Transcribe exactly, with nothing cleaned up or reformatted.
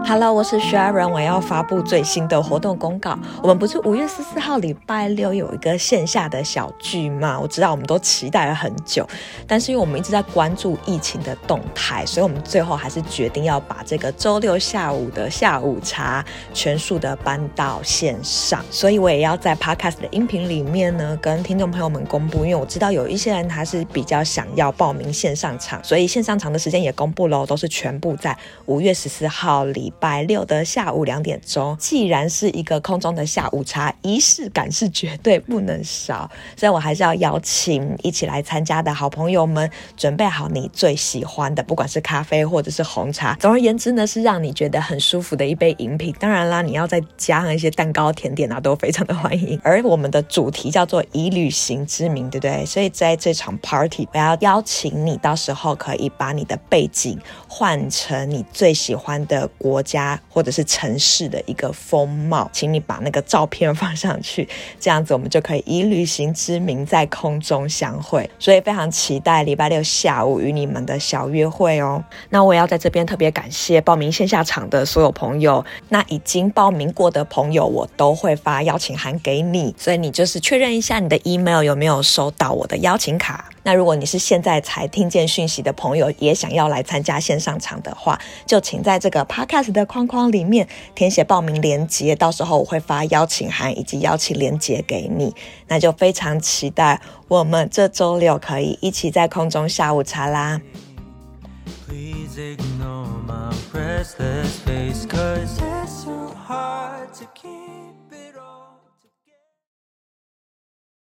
Hello， 我是 Sharon， 我要发布最新的活动公告。我们不是五月十四号礼拜六有一个线下的小聚吗？我知道我们都期待了很久，但是因为我们一直在关注疫情的动态，所以我们最后还是决定要把这个周六下午的下午茶全数的搬到线上。所以我也要在 Podcast 的音频里面呢，跟听众朋友们公布，因为我知道有一些人他是比较想要报名线上场，所以线上场的时间也公布了，都是全部在五月十四号礼拜六的下午两点钟。既然是一个空中的下午茶，仪式感是绝对不能少，所以我还是要邀请一起来参加的好朋友们，准备好你最喜欢的，不管是咖啡或者是红茶，总而言之呢，是让你觉得很舒服的一杯饮品。当然啦，你要再加上一些蛋糕甜点啊，都非常的欢迎。而我们的主题叫做以旅行之名，对不对？所以在这场 party 我要邀请你，到时候可以把你的背景换成你最喜欢的国家或者是城市的一个风貌，请你把那个照片放上去，这样子我们就可以以旅行之名在空中相会。所以非常期待礼拜六下午与你们的小约会哦。那我也要在这边特别感谢报名线下场的所有朋友，那已经报名过的朋友我都会发邀请函给你，所以你就是确认一下你的 email 有没有收到我的邀请卡。那如果你是现在才听见讯息的朋友，也想要来参加线上场的话，就请在这个 podcast 的框框里面填写报名连结，到时候我会发邀请函以及邀请连结给你。那就非常期待我们这周六可以一起在空中下午茶啦。Please ignore my restless face, 'cause it's so hard